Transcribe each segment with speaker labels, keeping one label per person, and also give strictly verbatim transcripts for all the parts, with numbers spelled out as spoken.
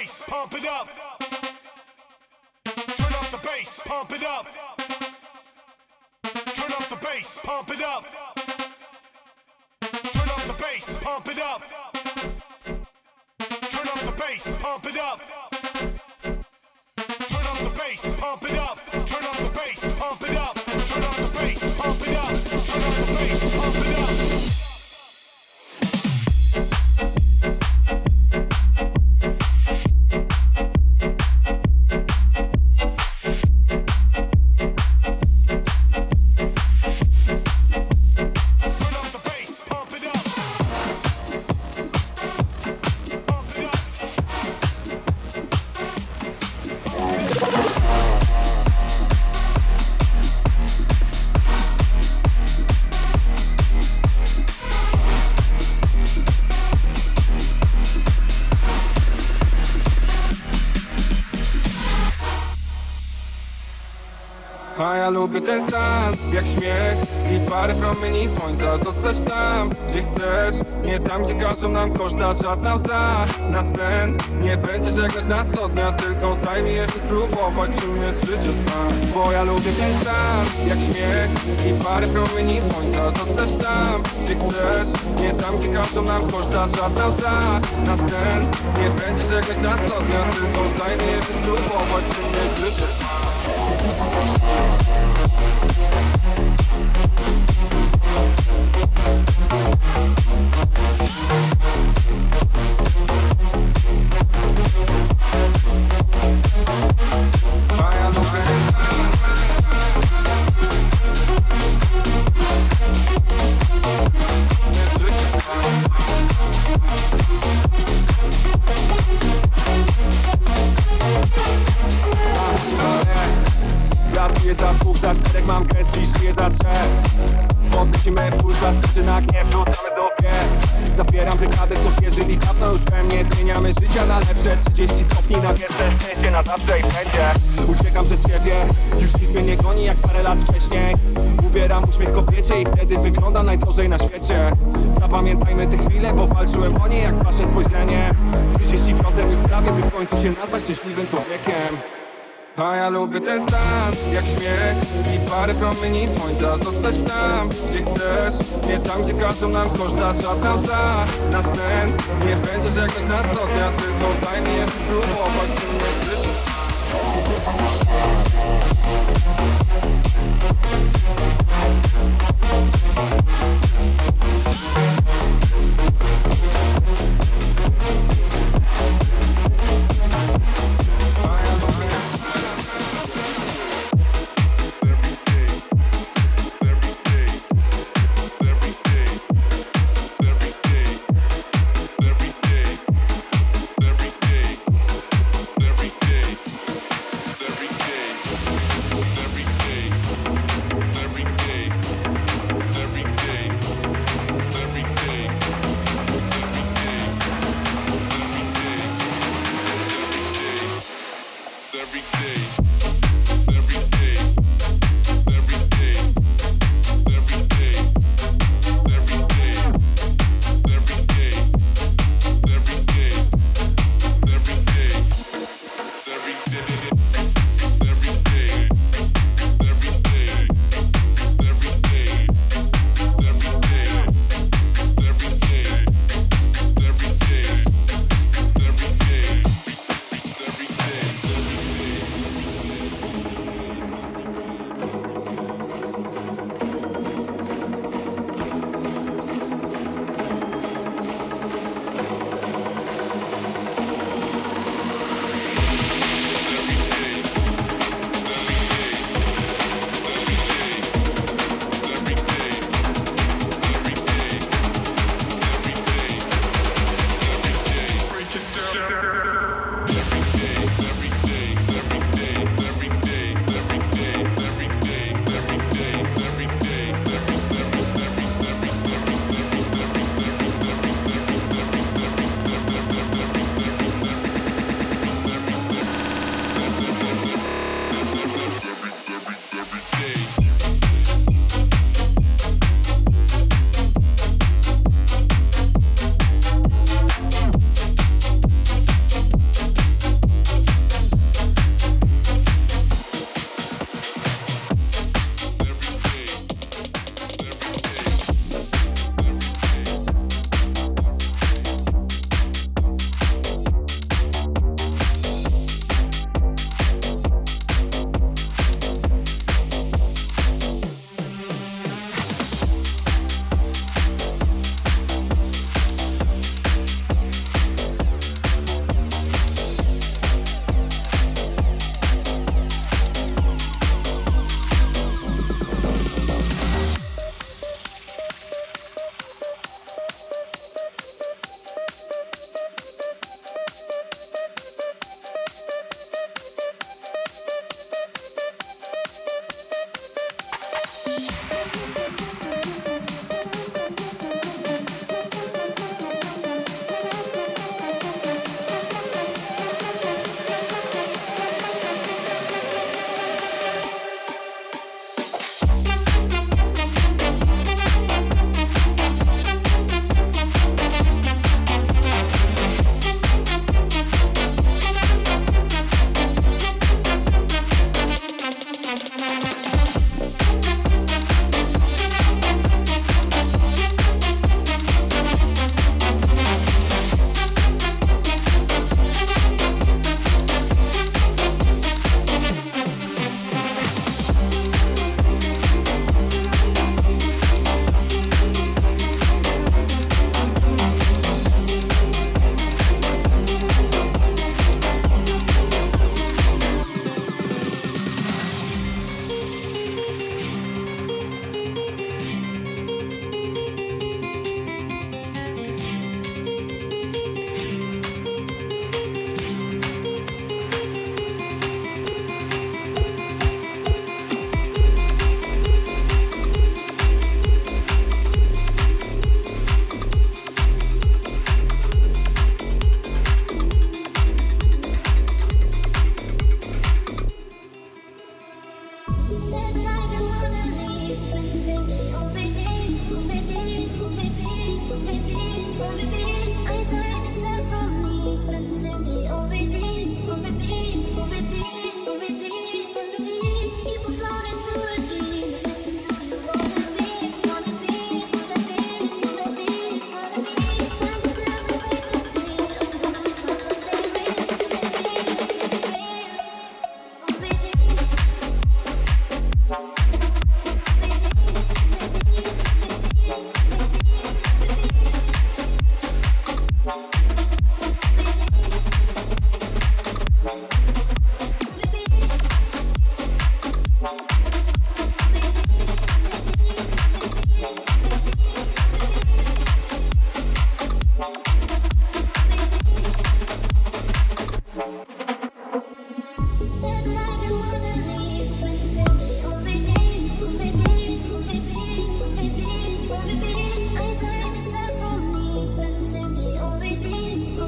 Speaker 1: bass, pump it up. Turn up the bass, pump it up. Turn up the bass, pump it up. Turn up the bass, pump it up. Turn up the bass, pump it up. Turn up the bass, pump it up. Turn up the bass, pump it up. Turn up the bass, pump it up. Turn up the bass, pump it up.
Speaker 2: A ja lubię ten stan, jak śmiech i parę promieni słońca. Zostać tam, gdzie chcesz, nie tam, gdzie każą nam koszta żadna łza. Na sen nie będzie żegnać nas co dnia, tylko daj mi jeszcze spróbować, czym jest w życiu stan. Bo ja lubię ten stan, jak śmiech i parę promieni słońca. Zostać tam, gdzie chcesz, nie tam, gdzie każą nam koszta żadna łza. Na sen nie będzie żegnać nas co dnia, tylko daj mi jeszcze spróbować, czym jest w życiu stan. Pracuję za dwóch, za czterech, mam kres, dziś żyję za trzech. Podnosimy puls, za starczynak, nie wrzucamy do pier. Zabieram brykadę, co wierzyli dawno już we mnie. Zmieniamy życia na lepsze, trzydzieści stopni na wiertę. Szczęście na zawsze i wszędzie. Uciekam przed siebie, już nic mnie nie goni jak parę lat wcześniej. Ubieram uśmiech kobiecie i wtedy wyglądam najdrożej na świecie. Zapamiętajmy te chwile, bo walczyłem o nie jak z wasze spojrzenie. trzydzieści procent już prawie, by w końcu się nazwać szczęśliwym człowiekiem. A ja lubię ten stan, jak śmiech i parę promieni słońca. Zostać tam, gdzie chcesz, nie tam, gdzie każą nam koszta żadna łza. Na sen nie będzie żegnać nas co dnia, tylko daj mi jeszcze spróbować, czym jest życie.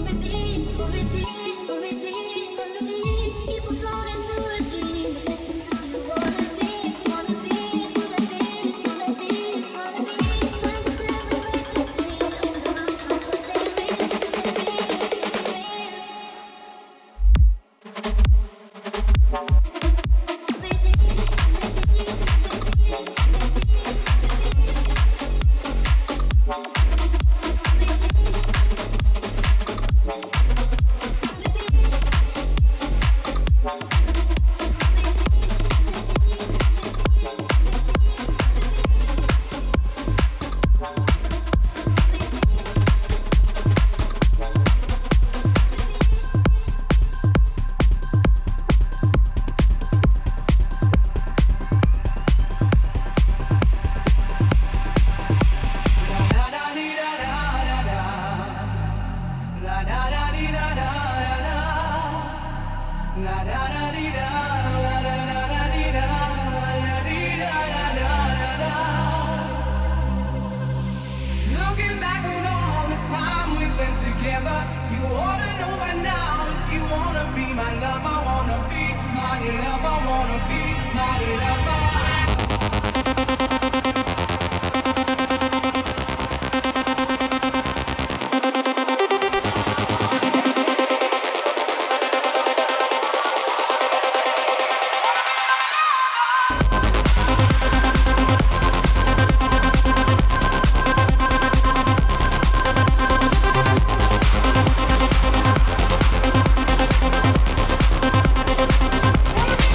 Speaker 3: We'll be right back.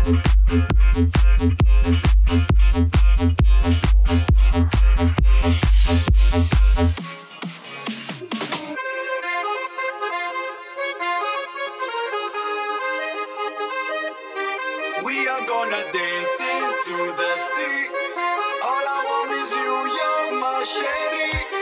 Speaker 3: We are gonna dance into the sea. All I want is you, you're my sherry.